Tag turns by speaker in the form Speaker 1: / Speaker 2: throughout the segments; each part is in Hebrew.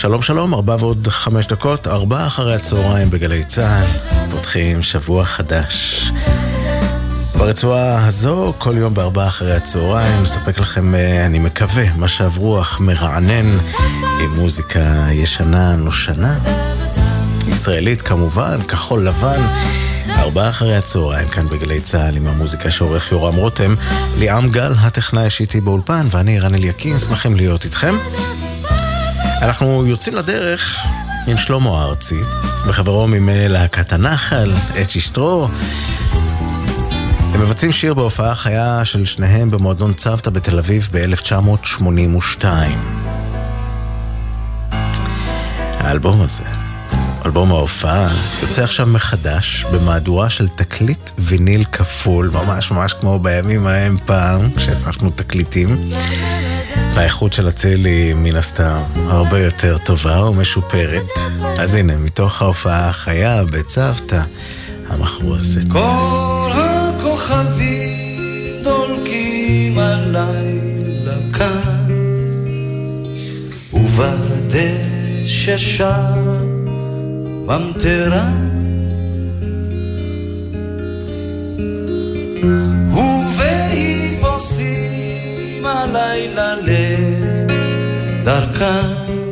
Speaker 1: שלום שלום, 4:05, 4 אחרי הצהריים בגלי צהל, פותחים שבוע חדש. ברצועה הזו, כל יום ב4 אחרי הצהריים, מספק לכם, אני מקווה, משב רוח מרענן, עם מוזיקה ישנה נושנה, ישראלית כמובן, כחול לבן, 4 אחרי הצהריים, כאן בגלי צהל, עם המוזיקה שעורך יורם רותם, ליאם גל, הטכנאי שיטי באולפן, ואני רן אליקים, שמחים להיות איתכם. אנחנו יוצאים לדרך עם שלמה ארצי וחברו ממלהקת הנחל, אצ'י שטרו. הם מבצעים שיר בהופעה חיה של שניהם במועדון צוותא בתל אביב ב-1982. האלבום הזה, אלבום ההופעה, יוצא עכשיו מחדש במהדורה של תקליט ויניל כפול, ממש ממש כמו בימים ההם פעם, כשהפכנו תקליטים. והאיכות של הצליל מן הסתם הרבה יותר טובה ומשופרת. אז הנה, מתוך ההופעה החיה בצוותא, המחרוזת.
Speaker 2: כל הכוכבים דולקים הלילה כאן, ובדשא שם ממטרה, ובהיפוסים הלילה לדרכה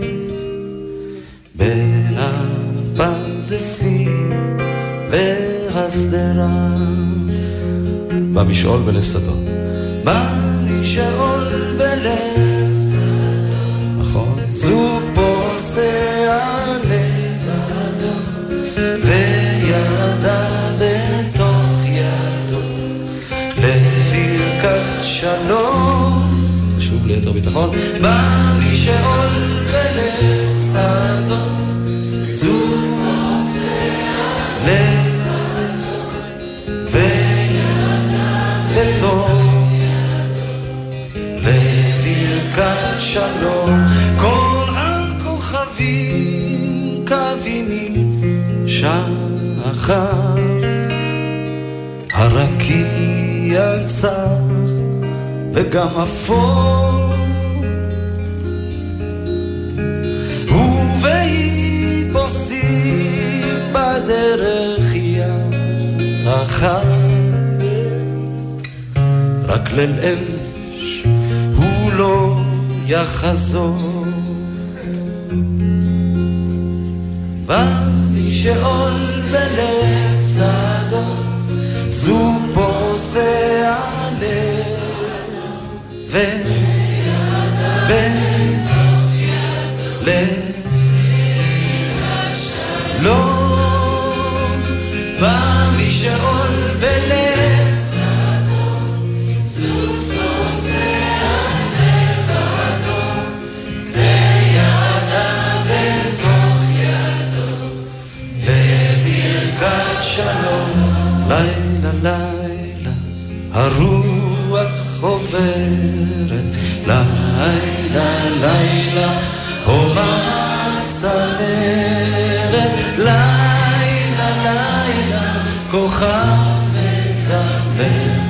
Speaker 2: בין הפרדסים והסדרה. במשעול בלב שדות, במשעול בלב שדות, נכון, זו פוסע לבדו וידה בתוך ידו לברכת שלום, שוב ליתר ביטחון, במשעול בלב שדות, זו פוסע לבדו בתוך לברכת שלום. כל הכוכבים קווים שחר, הרקיע צח וגם אפור, ובהיפוסים בדרך יחר, רק ליל אמש הוא לא יחזור. במשעול בלב שדות, זו פוסע לב לא במשעול בלב שדות, זו פוסע לבדו וידה בתוך ידו לברכת שלום. לילה לילה הרוח עוברת, לילה לילה הומה צמרת, לילה לילה כוכב מצמר,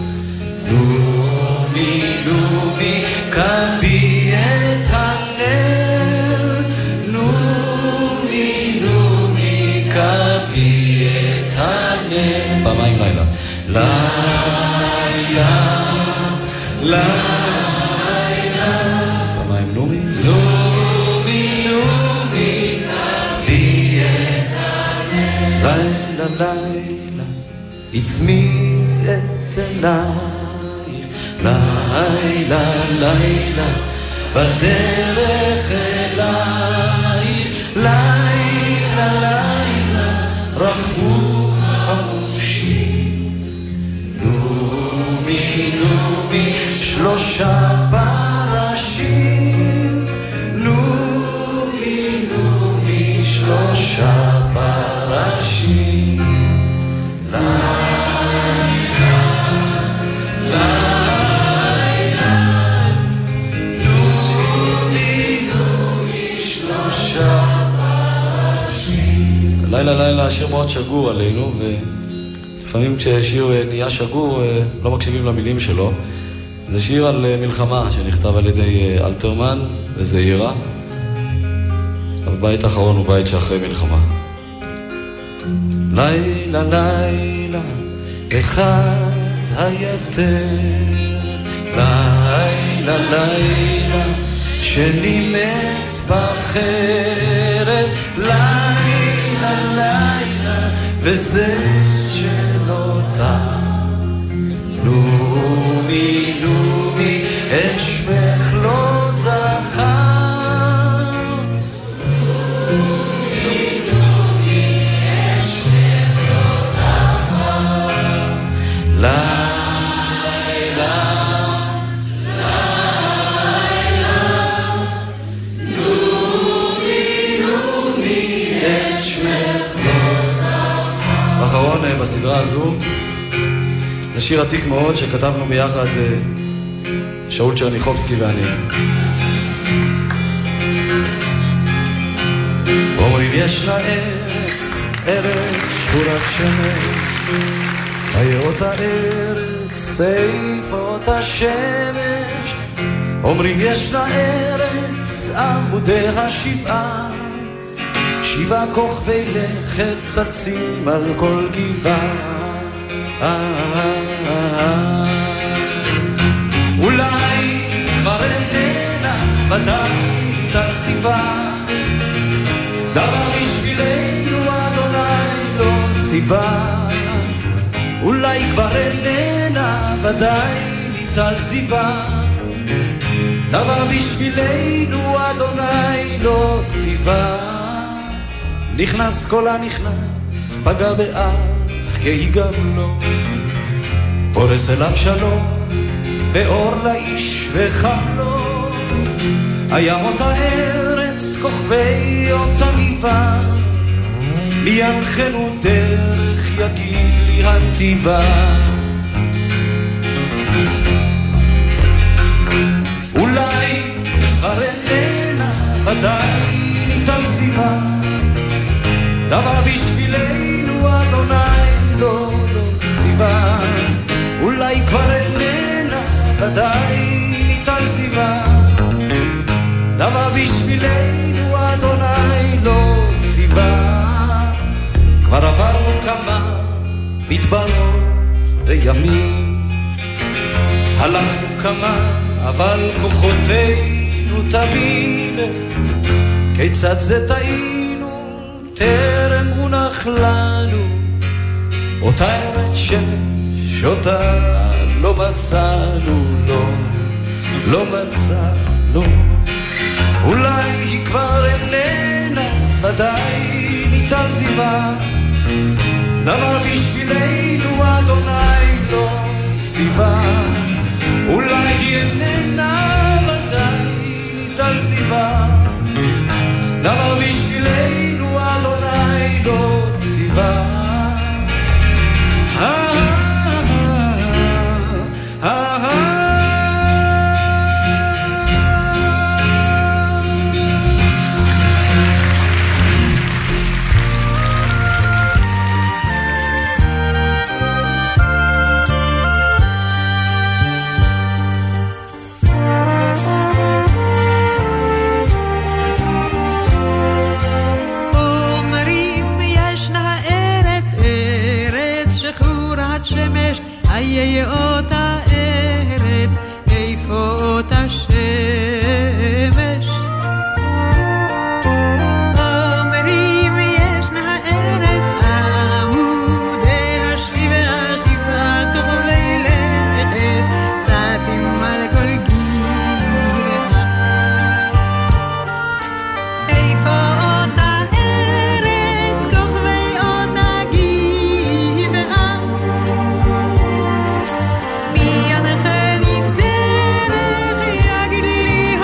Speaker 2: נומי נומי כבי את הנר, נומי נומי כבי את הנר. פעמיים לילה, לילה לילה, פעמיים נומי נומי נומי כבי את הנר. לילה לילה עצמי את עינייך, לילה לילה בדרך אלייך, לילה לילה רחבו חמושים, נומי נומי שלושה פרשים, נומי נומי שלושה פרשים. לילה לילה השיר מאוד שגור עלינו, ולפעמים כששיר נהיה שגור לא מקשיבים למילים שלו. זה שיר על מלחמה שנכתב על ידי אלתרמן וזעירה, הבית האחרון הוא בית שאחרי מלחמה. לילה לילה אחד היתר, לילה לילה שני מת בחרב, לילה לילה וזה שנותר. נומי נומי את שמך לא זכר, האחרון בסדרה הזו, לשיר עתיק מאוד שכתבנו ביחד שאול צ'רניחובסקי ואני. אומרים יש לארץ ארץ שחורת שמש, היאות הארץ סייפות השמש. אומרים יש לארץ עמודי השבעה, 7 כוכבי לכת צצים על כל גבעה. אולי כבר איננה ודאי תקציבה, דבר בשבילנו אדוני לא ציווה. אולי כבר איננה ודאי תקציבה, דבר בשבילנו אדוני לא ציווה. נכנס כל הנכנס, פגע באח כי גם לו, פורס אליו שלום ואור לאיש וחם לו. הימות הארץ כוכבי אותה ניבה, מי ינחנו דרך יגיד לי הנתיבה. אולי כבר איננה ודאי ניתן סיבה, דבר בשבילנו אדוני לא ציווה. אולי כבר איננה ודאי ניתן סיבה, דבר בשבילנו אדוני לא ציווה. כבר עברנו כמה מדברות וימים, הלכנו כמה אבל כוחותינו תמיד. כיצד זה טעינו טרם הונח לנו, אותה ארץ שמש אותה לא מצאנו, לא מצאנו. אולי היא כבר איננה ודאי ניתן סיבה, דבר בשבילנו אדוני לא ציווה. אולי היא איננה ודאי ניתן סיבה, דבר בשבילנו אדוני לא ציווה.
Speaker 3: איי אותה ארץ, איפה אותה שמש? אומרים ישנה ארץ, עמודי השבעה, טובי לכת, צצים על כל גבעה. איפה אותה ארץ, כוכבי אותה גבעה, מי ינחני דרך יגיד לי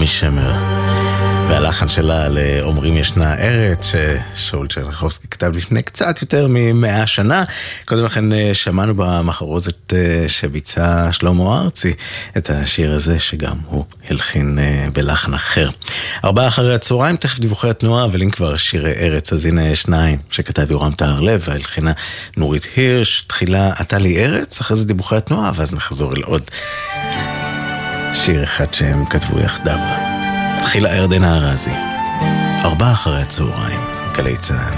Speaker 1: נעמי שמר. והלחן שלה לאומרים ישנה ארץ, ששאול צ'רניחובסקי כתב לפני קצת יותר מ100 שנה. קודם לכן שמענו במחרוזת שביצע שלמה ארצי את השיר הזה, שגם הוא הלחין בלחן אחר. 4 אחרי הצהריים, תכף דיווחי התנועה, אבל אם כבר שירי ארץ, אז הנה 2 שכתב יורם טהרלב, והלחינה נורית הירש. תחילה אתה לי ארץ, אחרי זה דיווחי התנועה, ואז נחזור אל עוד שיר אחד שהם כתבו יחדיו. תחילה ירדנה ארזי, 4 אחרי הצהריים, גלי צהל.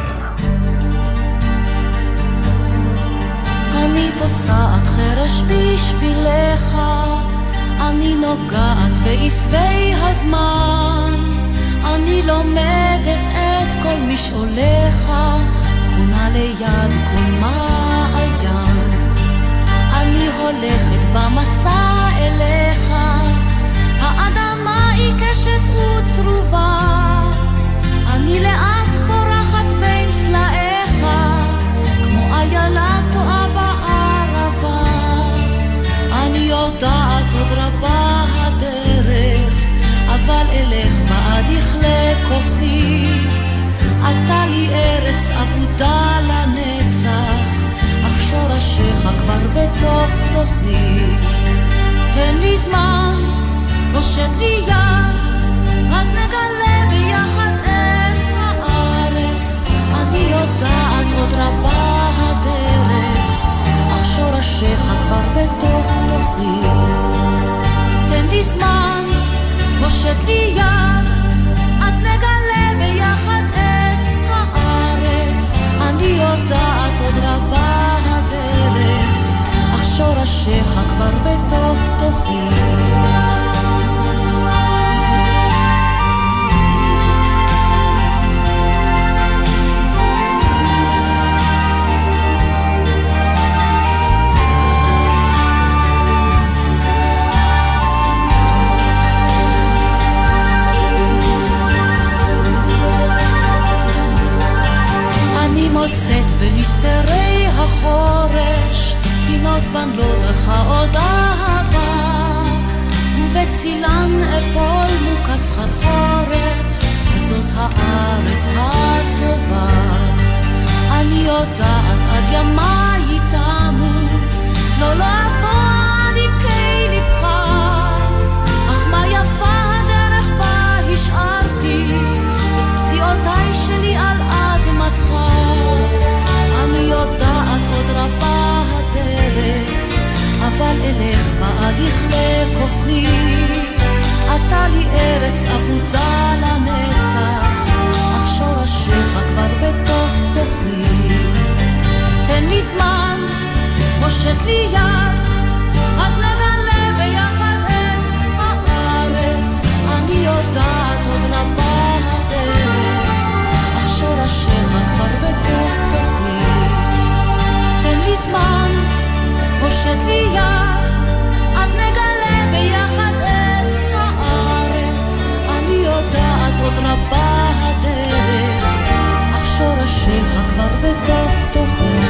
Speaker 4: אני פוסעת חרש בשבילך, אני נוגעת בעשבי הזמן, אני לומדת את כל משעוליך, חונה ליד כל מעיין. אני הולכת במסע אליך, האדמה היא קשת וצרובה, אני לאט פורחת בין סלעיך, כמו איילה טועה בערבה. אני יודעת עוד רבה הדרך, אבל אלך בעד יכלה כוחי. אתה לי ארץ אבודה לנצח, אך שורשיך כבר בתוך תוכי. תן לי זמן, פושט לי יד, עד נגלה ביחד את הארץ. אני יודעת עוד רבה הדרך, אך שורשיך כבר בתוך תוכי. תן לי זמן, פושט לי יד, עד נגלה ביחד את הארץ. אני יודעת עוד רבה הדרך, אך שורשיך כבר בתוך תוכי. מוצאת במסתרי החורש, פינות בן לא דרכה עוד אהבה, ובצילן אפול מוקץ חדחורת, וזאת הארץ הטובה. אני יודעת עד ימי תמו, לא אבוא עד עמקי לבך, אך מה יפה הדרך בה השארתי, את פסיעותיי שלי על אדמתך. אני יודעת עוד רבה הדרך, אבל אלך בעד יכלה כוחי. אתה לי ארץ אבודה לנצח, אך שורשיך כבר בתוך תוכי. תן לי זמן, פושט לי יד, עד נגלה ביחד את הארץ. אני יודעת עוד רבה הדרך, אך שורשיך כבר בתוך תוכי. תן לי זמן, פושט לי יד, עד נגלה ביחד את הארץ. אני יודעת עוד רבה הדרך, אך שורשיך כבר בתוך תוכי.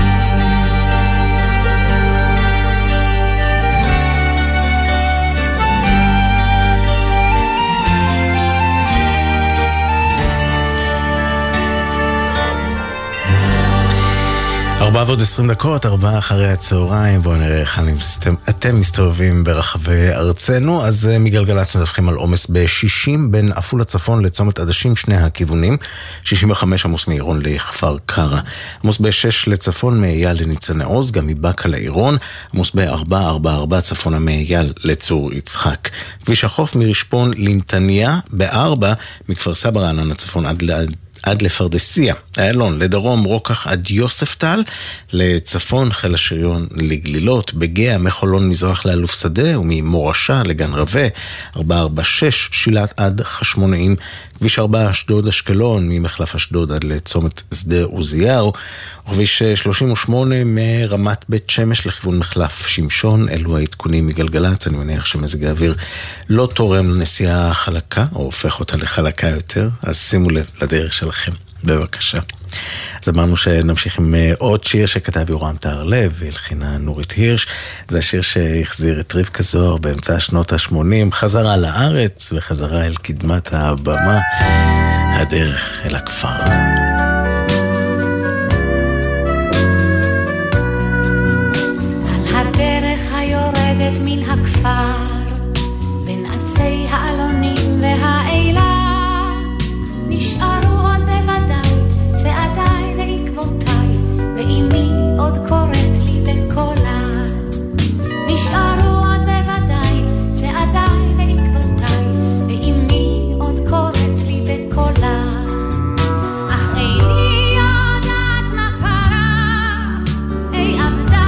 Speaker 1: 4:20, 4 אחרי הצהריים. בואו נראה איך אתם מסתובבים ברחבי ארצנו. אז מגלגלצ מדווחים על עומס ב-60 בין עפולה צפון לצומת עדשים, שני הכיוונים. 65 עמוס מעירון לכפר קרע. עמוס ב-6 לצפון מאייל לניצני עוז, גם מבאקה לעירון. עמוס ב-444 צפונה מאייל לצור יצחק. כביש החוף מרשפון לנתניה, ב-4 מכפר סבא רעננה צפון עד לפרדסיה, איילון לדרום רוקח עד יוספטל, לצפון חיל השריון לגלילות, בגאה מחולון מזרח לאלוף שדה, וממורשה לגן רווה, 446 שילת עד חשמונאים, כביש 4 אשדוד אשקלון, ממחלף אשדוד עד לצומת שדה עוזיהו, וכביש 38 מרמת בית שמש לכיוון מחלף שמשון. אלו העדכונים מגלגלצ. אני מניח שמזג האוויר לא תורם לנסיעה חלקה, או הופך אותה לחלקה יותר, אז שימו לב לדרך שלכם, בבקשה. אז אמרנו שנמשיך עם עוד שיר שכתב יורם טהרלב והלחינה נורית הירש. זה השיר שהחזיר את רבקה זוהר באמצע שנות ה-80 חזרה לארץ וחזרה אל קדמת הבמה, הדרך אל הכפר.
Speaker 4: הדרך היורדת מן הכפר בין עצי העלונים והאילה נשארו עוד בוודאי צעדיי ועקבותיי ואימי עוד קוראת לי בקולה נשארו עוד בוודאי צעדיי ועקבותיי ואימי עוד קוראת לי בקולה אך איני יודעת מה קרה אי עבדה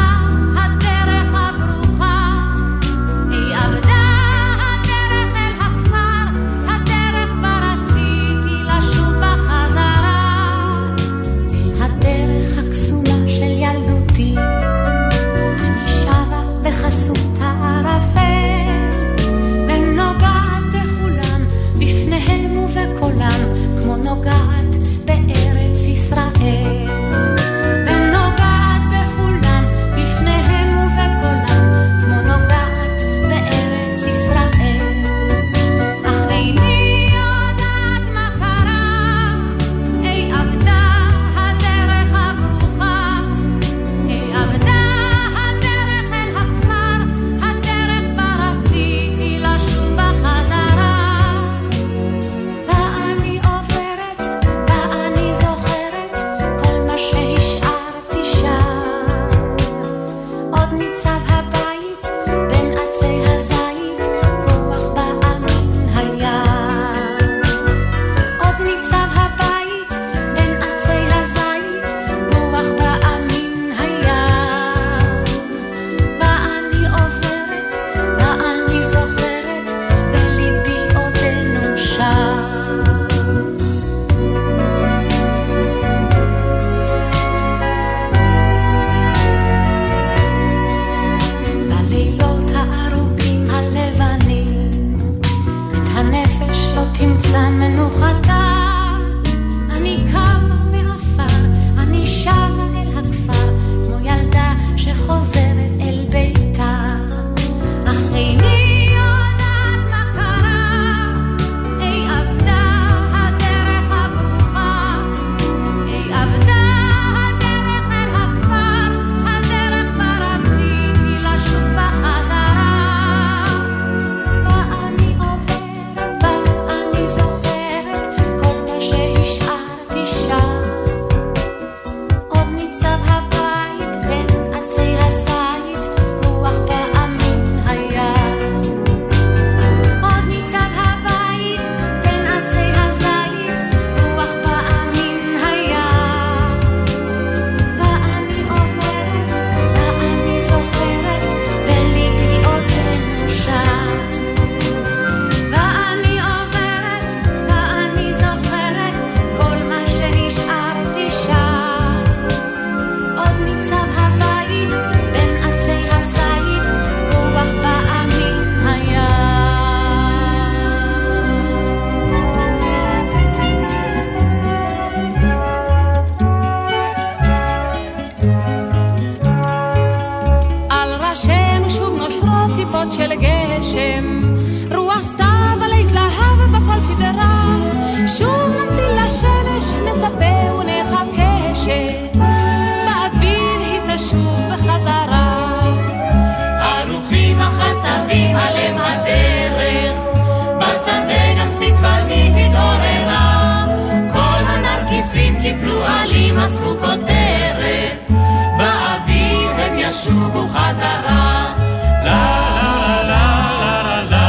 Speaker 5: ישובו חזרה, לה לה לה לה לה לה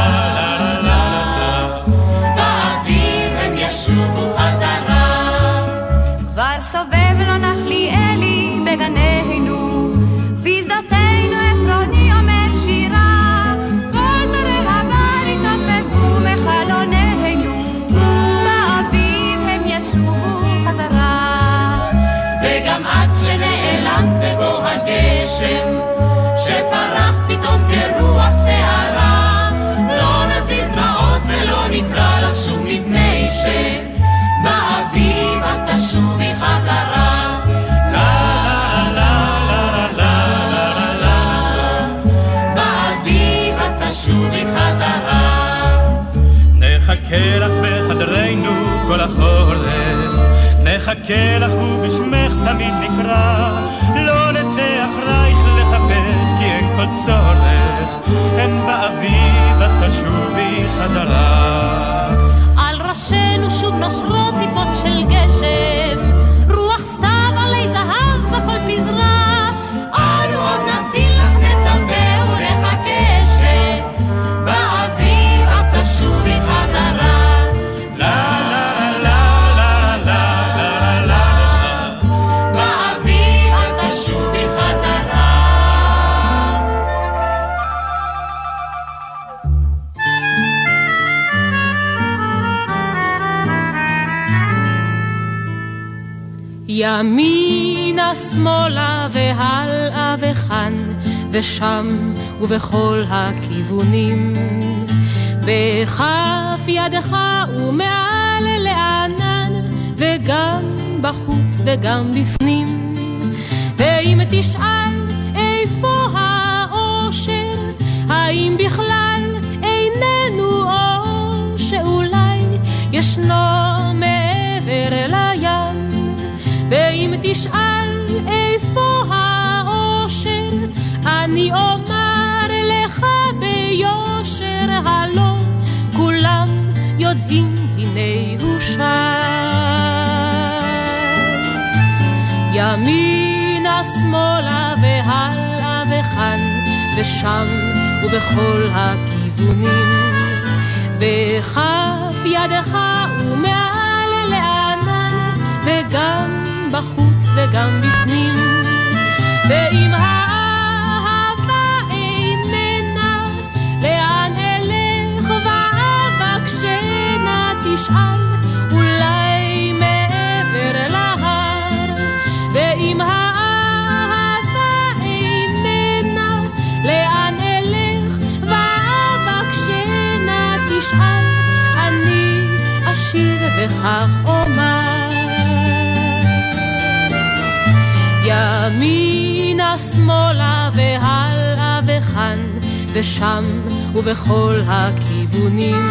Speaker 5: נחכה לך ובשמך תמיד נקרא, לא נצא אחרייך לחפש כי אין כל צורך, אין באביב את תשובי חזרה.
Speaker 4: על ראשנו שוב נושרות טיפות של גשם, רוח סתיו עלי זהב בכל פזרה, אנו עוד נמתין לך נצפה ונחכה שבאביב את תשובי חזרה. ימינה שמאלה והלאה וכאן ושם ובכל הכיוונים, בכף ידך ומעל לענן, וגם בחוץ וגם בפנים. ואם תשאל איפה האושר, האם בכלל איננו, או שאולי ישנו מעבר לים. ואם תשאל איפה האושר, אני אומר לך ביושר, הלא כולם יודעים הנה הוא שם. ימינה שמאלה והלאה וכאן ושם ובכל הכיוונים, בכף ידך ומעל לענן, וגם בחוץ וגם בפנים. ואם האהבה איננה, לאן אלך ואבקשנה, תשאל אולי מעבר להר. ואם האהבה איננה, לאן אלך ואבקשנה, תשאל, אני אשיר וכך אומר. ימינה שמאלה והלאה וכאן ושם ובכל הכיוונים,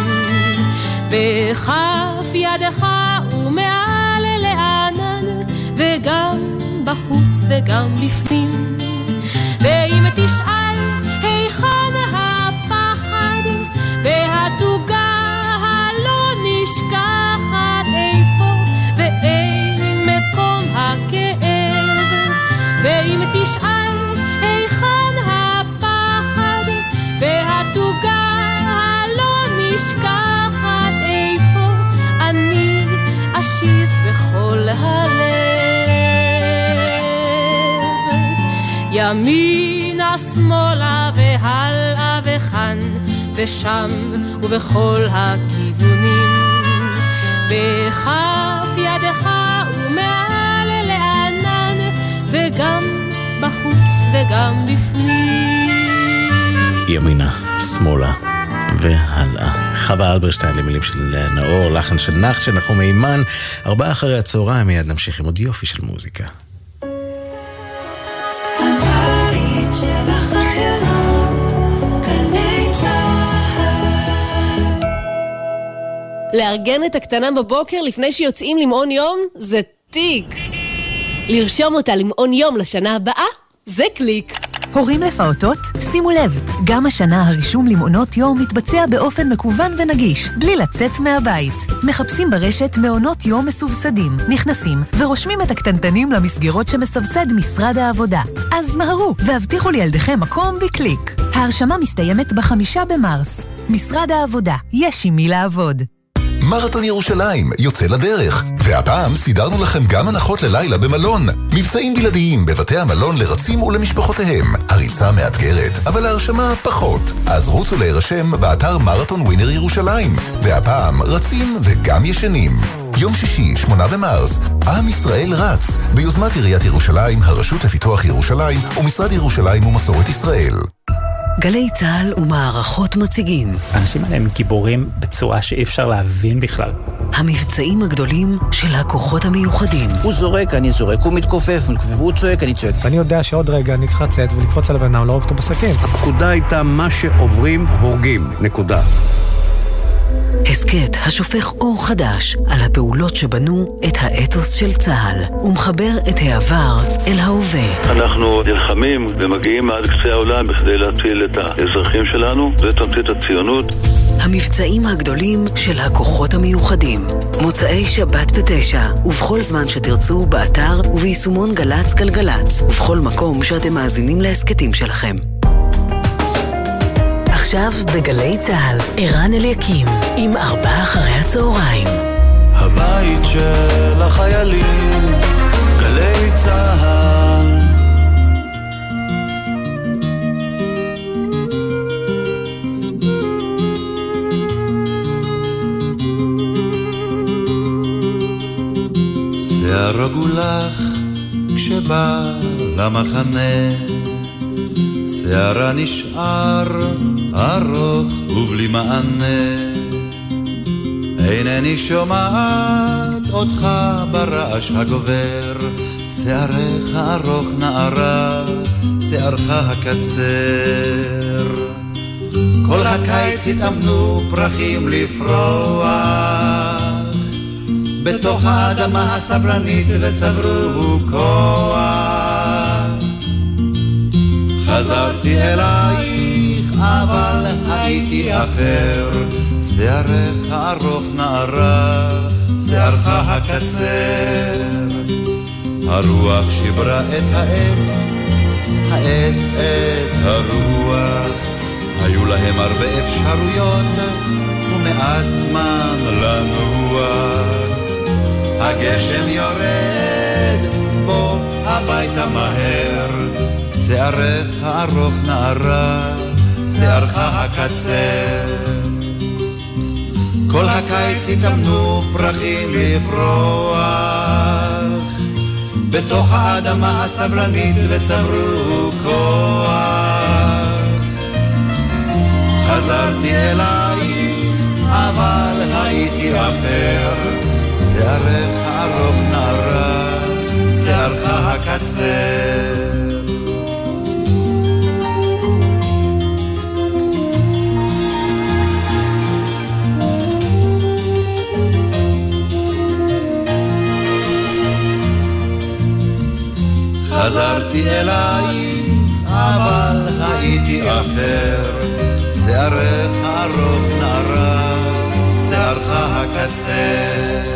Speaker 4: בכף ידך ומעל לענן, וגם בחוץ וגם בפנים. ואם תשאל היכן הפחד והתוגה הלא נשכחת, איפה ואין מקום הכאב. ואם תשאל היכן הפחד והתוגה הלא נשכחת, איפה אני אשיב בכל הלב. ימינה שמאלה והלאה וכאן ושם ובכל הכיוונים, בכף ידך ומעל לענן, וגם בחוץ וגם בפנים.
Speaker 1: ימינה, שמאלה והלאה. חווה אלברשטיין למילים של נאור, לחן של נחת של נחום אימן. 4 אחרי הצהריים, מיד נמשיך עם עוד יופי של מוזיקה.
Speaker 6: הבית של החיילות, גלי צהל.
Speaker 7: לארגן את הקטנה בבוקר לפני שיוצאים למעון יום זה טיק. לרשום אותה למעון יום לשנה הבאה זה קליק.
Speaker 8: הורים לפעוטות, שימו לב, גם השנה הרישום למעונות יום מתבצע באופן מקוון ונגיש, בלי לצאת מהבית. מחפשים ברשת מעונות יום מסובסדים, נכנסים ורושמים את הקטנטנים למסגרות שמסבסד משרד העבודה. אז מהרו והבטיחו לילדיכם מקום בקליק. ההרשמה מסתיימת ב5 במרס. משרד העבודה, יש עם מי לעבוד.
Speaker 9: מרתון ירושלים יוצא לדרך, והפעם סידרנו לכם גם הנחות ללילה במלון. מבצעים בלעדיים בבתי המלון לרצים ולמשפחותיהם. הריצה מאתגרת, אבל ההרשמה פחות. אז רוצו להירשם באתר מרתון ווינר ירושלים. והפעם רצים וגם ישנים. יום שישי, 8 במרס, עם ישראל רץ, ביוזמת עיריית ירושלים, הרשות לפיתוח ירושלים ומשרד ירושלים ומסורת ישראל.
Speaker 10: גלי צהל ומערכות מציגים.
Speaker 11: האנשים האלה הם גיבורים בצורה שאי אפשר להבין בכלל.
Speaker 10: המבצעים הגדולים של הכוחות המיוחדים.
Speaker 12: הוא זורק, אני זורק, הוא מתכופף, והוא צועק, אני צועק.
Speaker 13: ואני יודע שעוד רגע אני צריך לצאת ולקפוץ על הבן אדם, לא רק אותו בסכין.
Speaker 14: הפקודה הייתה מה שעוברים הורגים, נקודה.
Speaker 10: הסקט השופך אור חדש על הפעולות שבנו את האתוס של צה"ל ומחבר את העבר אל ההווה.
Speaker 14: אנחנו נלחמים ומגיעים עד קצה העולם בכדי להציל את האזרחים שלנו. זה תמצית הציונות.
Speaker 10: המבצעים הגדולים של הכוחות המיוחדים. מוצאי שבת ב9 ובכל זמן שתרצו באתר וביישומון גלץ גלגלץ ובכל מקום שאתם מאזינים להסקטים שלכם. עכשיו בגלי צהל, ערן אליקים עם 16:00.
Speaker 15: הבית של החיילים, גלי צהל. שיער הגולח כשבא למחנה, שערה נשאר ארוך ובלי מענה, אינני שומעת אותך ברעש הגובר, שערך ארוך נערה, שערך הקצר. כל הקיץ התאמנו פרחים לפרוח בתוך האדמה הסברנית וצברו כוח. חזרתי אלייך אבל הייתי אחר, שערך ארוך נערה, שערך הקצר. הרוח שברה את העץ, העץ את הרוח, היו להם הרבה אפשרויות ומעט זמן לנוח. הגשם יורד, בוא הביתה מהר, שערך הארוך נערה, שערך הקצר. כל הקיץ התאמנו פרחים לפרוח בתוך האדמה הסברנית וצברו כוח. חזרתי אלייך אבל הייתי אחר, שערך הארוך נערה, שערך הקצר. חזרתי אלייך אבל הייתי אחר, שערך ארוך נערה, שערך הקצר.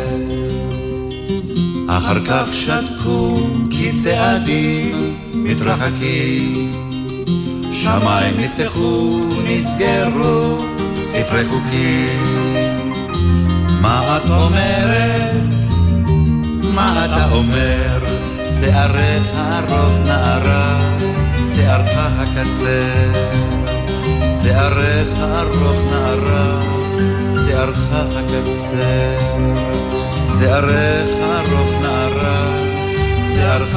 Speaker 15: אחר כך שתקו כי צעדים מתרחקים, שמיים נפתחו נסגרו ספרי חוקים. מה את אומרת? מה אתה אומר? שערך ארוך נערה, שערך הקצר. שערך ארוך נערה, שערך הקצר. שערך ארוך נערה, שערך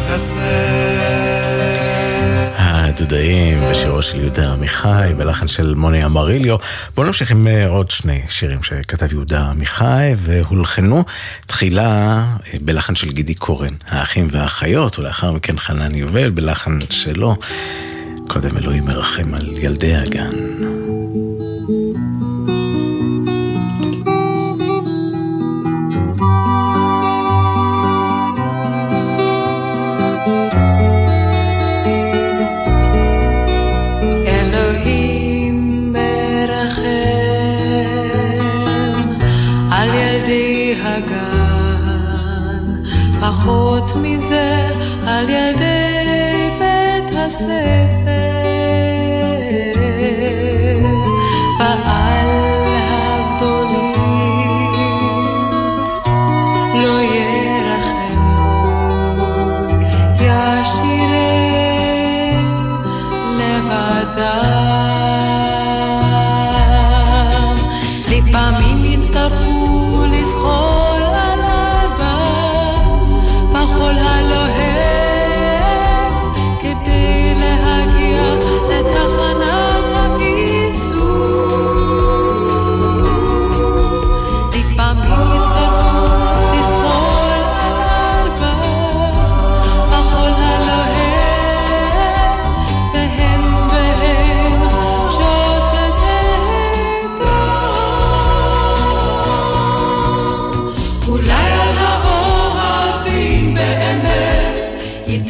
Speaker 15: הקצר.
Speaker 1: הדודאים בשירו של יהודה עמיחי בלחן של מוני אמריליו. בואו נמשיך עם עוד שני שירים שכתב יהודה עמיחי והולחנו תחילה בלחן של גידי קורן, האחים והאחיות, ולאחר מכן חנן יובל בלחן שלו. קודם אלוהים מרחם על ילדי הגן.
Speaker 3: פחות מזה על ילדי בית הספר, ועל הגדולים לא ירחם עוד, ישירם לבדם. לפעמים יצטרכו לזחול על כל הלוהב כדי להגיע לתחנת הכיסוי. לפעמים יצטרכו לזחול על ארבע בחול הלוהב, והם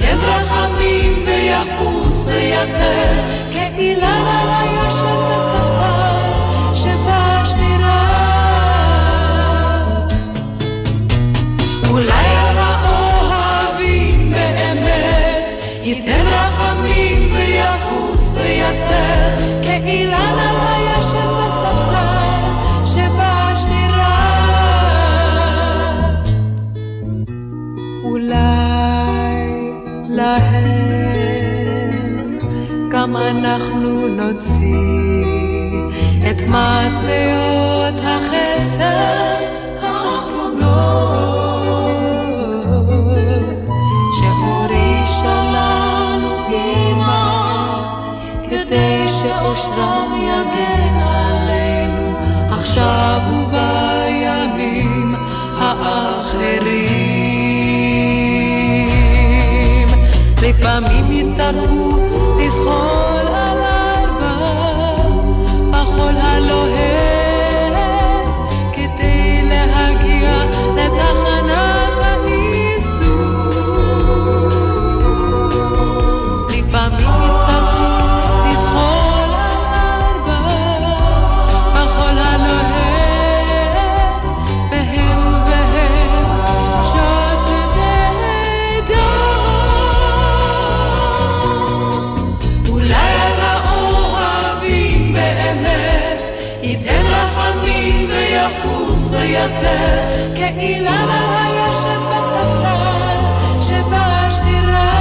Speaker 3: ייתן רחמים ויחוס ויצר כאילן על הישן בספסל שבשתירה. אולי על האוהבים באמת ייתן רחמים ויחוס ויצר כאילן על הישן בספסל שבשתירה. אולי להם גם אנחנו נוציא את מטבעות החסד האחרונות שהורישה לנו אמא כדי שאושרם יגן עלינו עכשיו ובימים האחרים. לפעמים יצטרכו לזחול על ארבע בחול הלוהט כדי להגיע לתחנת האיסור. לפעמים יצטרכו לזחול על ארבע בחול הלוהט והם שותתי דם. אולי על האוהבים באמת ייתן רחמים ויחוס ויצר כאילן על הישן בספסל שבשתירה.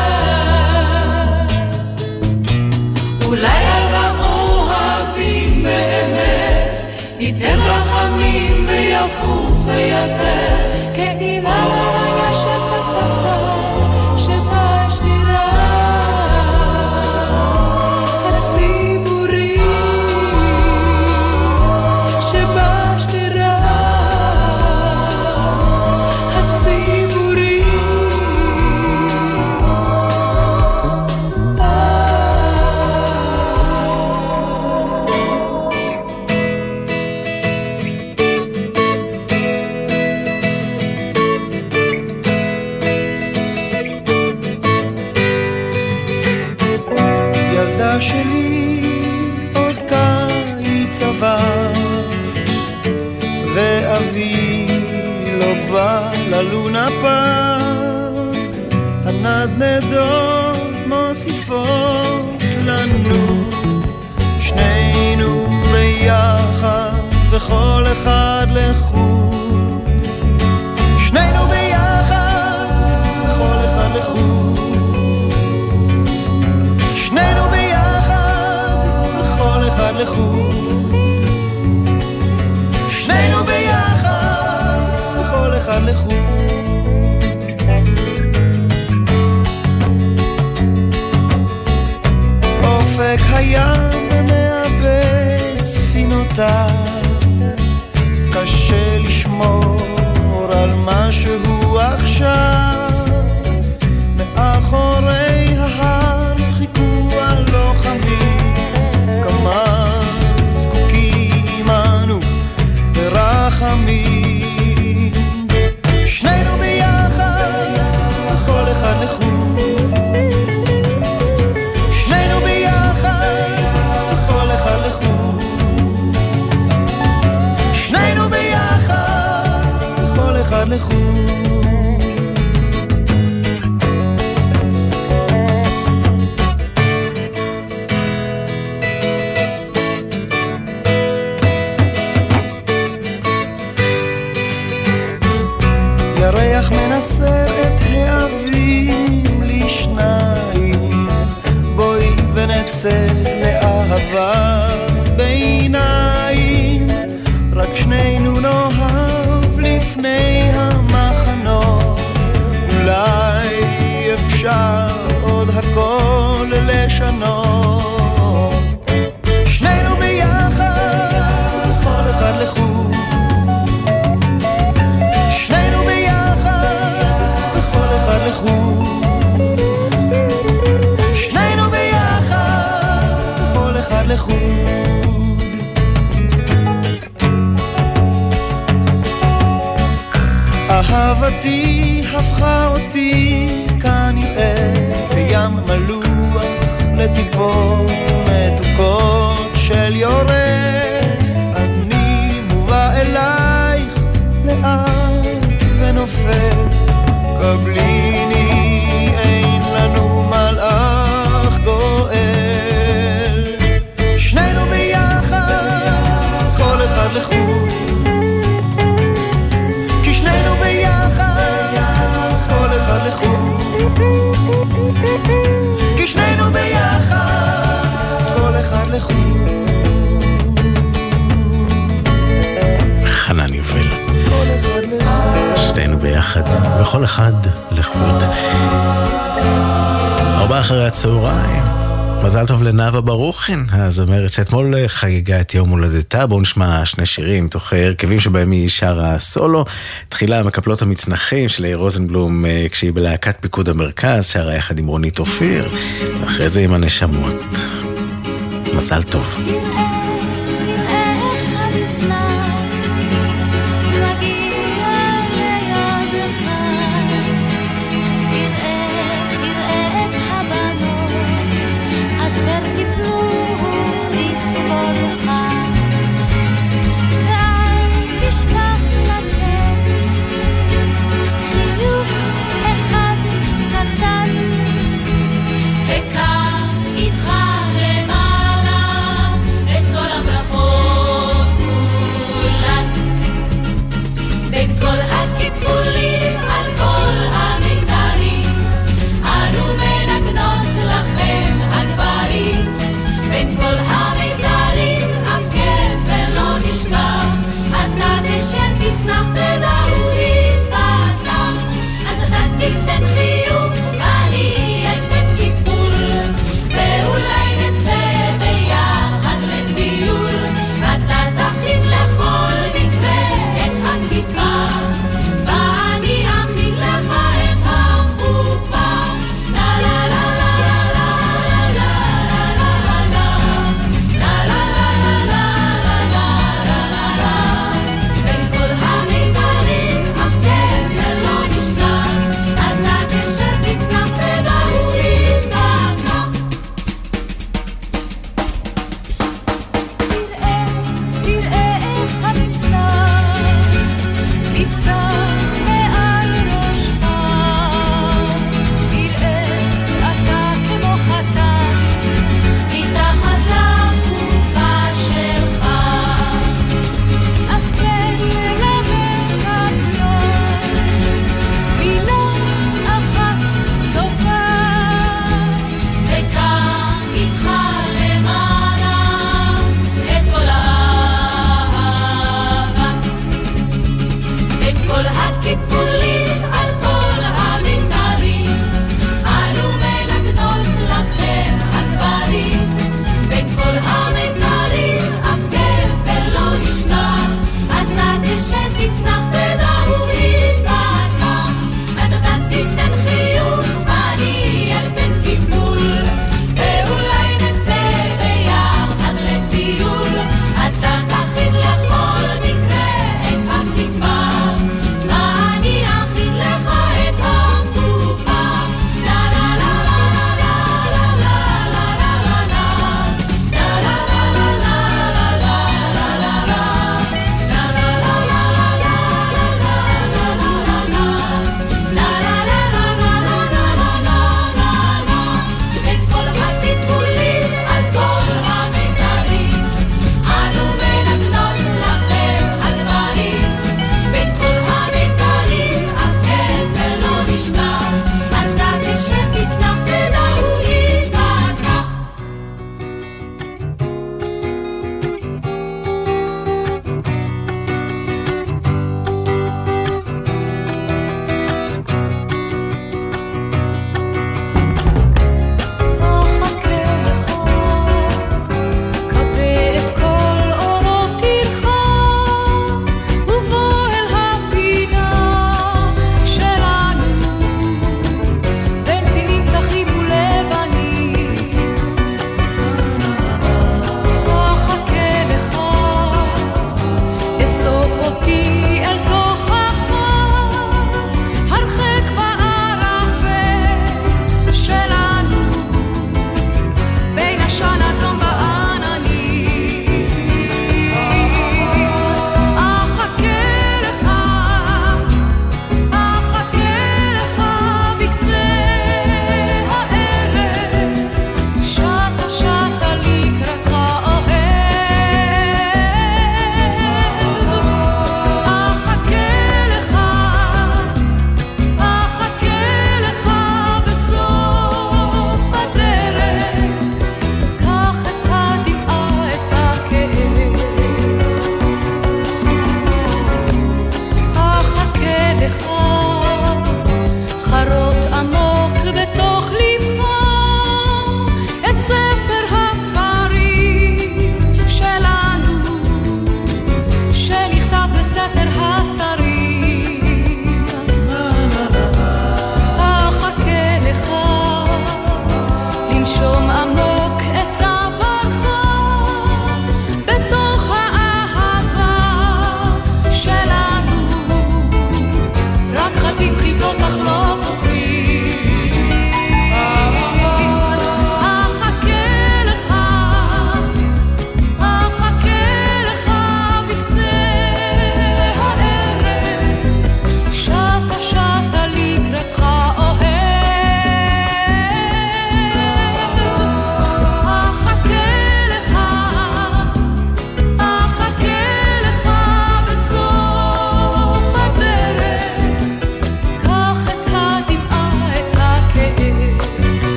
Speaker 3: אולי על האוהבים באמת ייתן רחמים ויחוס ויצר כאילן על הישן בספסל שבשתירה. הציבורי שבשתירה, הציבורי.
Speaker 16: ילדה שלי עוד קיץ עבר ואבי לא בא ללונה פארק. הנדנדות מוסיפות לנו שנינו ביחד וכל אחד לחוד. שנינו ביחד וכל אחד לחוד. שנינו ביחד וכל אחד לחוד. שנינו ביחד וכל אחד לחוד. אופק הים מאבד ספינותיו, קשה לשמור על משהו עכשיו. מאחורי ההר חיכו הלוחמים, כמה זקוקים אנו ברחמים. שנינו ביחד וכל אחד לחוד. שנינו ביחד וכל אחד לחוד. שנינו ביחד וכל אחד לחוד. ירח מנסה את האבים לשניים, בואי ונצא לאהבה בעיניים. רק שנינו נאהב לפני המחנות, אולי אפשר עוד הכל לשנות. שנינו ביחד וכל אחד לחוד. שנינו ביחד וכל אחד לחוד. שנינו ביחד וכל אחד לחוד. אהבתי הפכה אותי כנראה יפות ומתוקות של יורד, אני מובא אלייך לאט ונופל, קבליני, אין לנו מלאך גואל, שנינו ביחד, כל אחד לחוד, כי שנינו ביחד, כל אחד לחוד, כי שנינו ביחד, כל אחד לחוד.
Speaker 1: חנן יובל, שנינו ביחד, וכל אחד לחוד. 4 אחרי הצהריים, מזל טוב לנאווה ברוכין, הזמרת שאתמול חגגה את יום הולדתה. בואו נשמע 2 שירים תוך הרכבים שבהם היא שרה סולו. תחילה מקפלות המצנחים של יאיר רוזנבלום כשהיא בלהקת פיקוד המרכז, שרה יחד עם רונית אופיר, ואחרי זה עם הנשמות. מזל טוב.
Speaker 4: איתך למעלה את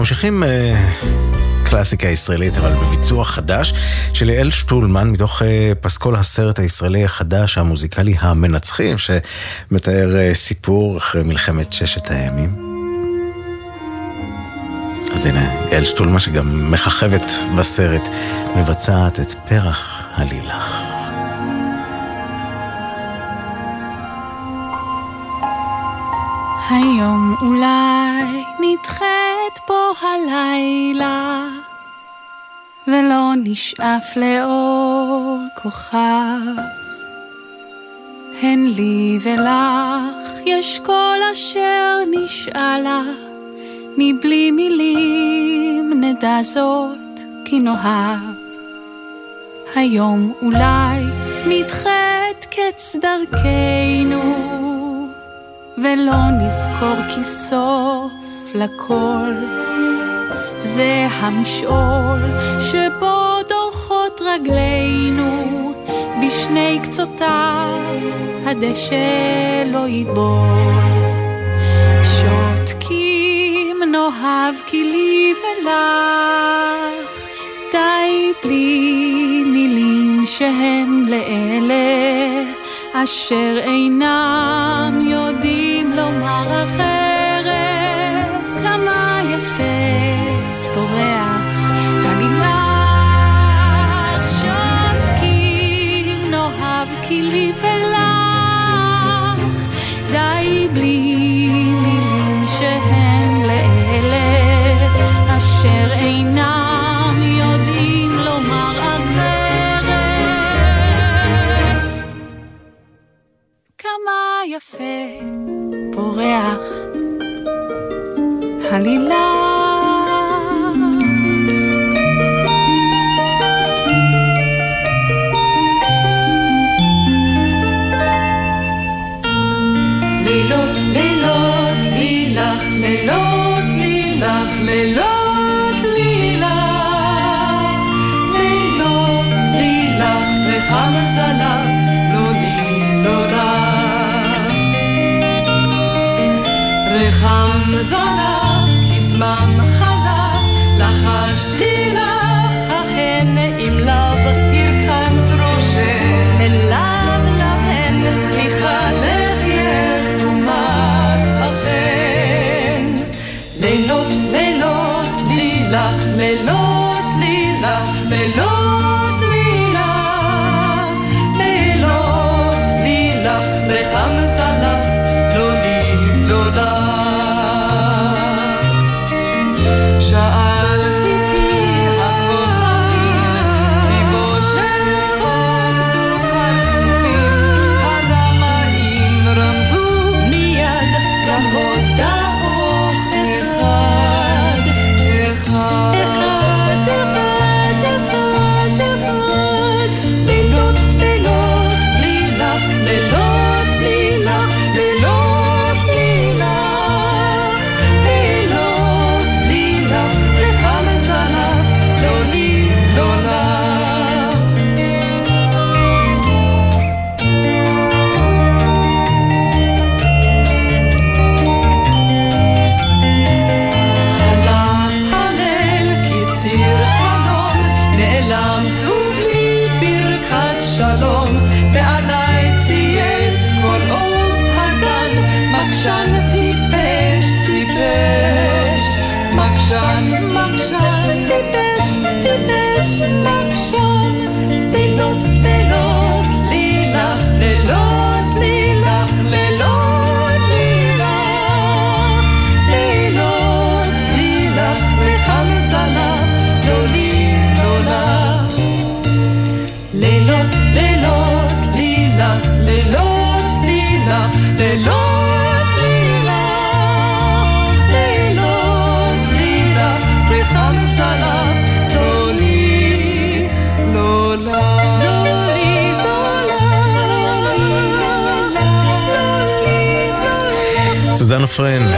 Speaker 1: ממשיכים קלאסיקה ישראלית, אבל בביצוע חדש של יעל שטולמן, מתוך פסקול הסרט הישראלי החדש, המוזיקלי המנצחים, שמתאר סיפור אחרי מלחמת ששת הימים. אז הנה, יעל שטולמן, שגם מחכבת בסרט, מבצעת את פרח הלילך.
Speaker 17: היום אולי נדחת פה הלילה ולא נשאף לאור כוכב, הן לי ולך יש כל אשר נשאלה, מבלי מילים נדע זאת כי נאהב. היום אולי נדחת קץ דרכנו ולא נזכור כי סוף לכל זה המשעול שבו דורכות רגלינו, בשני קצותיו הדשא לא ידבול. שותקים נאהב כי לי ולך, די בלי מילים שהן לאלה אשר אינם יודעים לומר אחרת. כמה יפה פורח הלילך, שותקים נאהב כי לי ולך, די בלי מילים שהן לאלה אשר אינם יודעים לומר אחרת. כמה יפה פורח הלילך.
Speaker 3: לילות לילות לילך, לילות לילך, לילות לילך, לילות לילך, וחם סלב לא נילולה, רחם זנב כסמם חלב, לחשתי לך ההן עם לב הרכנת ראשך, אליו להן מחלך יתומת החן. לילות לילות לילך, לילות לילך, לילות לילך, לילות לילך, רחם זנב לא נילולה.
Speaker 1: סוזן עופרן,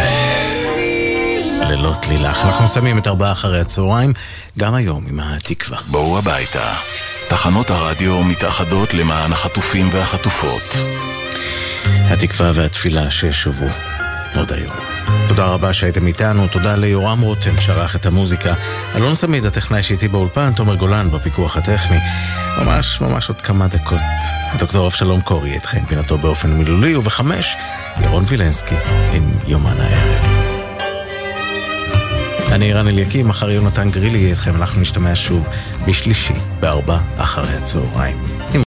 Speaker 1: לילות לילך. אנחנו שמים את 4 אחרי הצהריים, גם היום עם התקווה.
Speaker 9: בואו הביתה. תחנות הרדיו מתאחדות למען החטופים והחטופות.
Speaker 1: התקווה והתפילה ששובו עוד היום. תודה רבה שהייתם איתנו, תודה ליורם רותם שערך את המוזיקה, אלון סמיד הטכנאי שאיתי באולפן, תומר גולן בפיקוח הטכני. ממש עוד כמה דקות הדוקטור אבשלום קורי אתכם פינתו באופן מילולי, וב-5 ירון וילנסקי עם יומן הערב. אני אירן אליקים, מחר יונתן גרילי איתכם, אנחנו נשתמע שוב בשלישי ב4 אחרי הצהריים.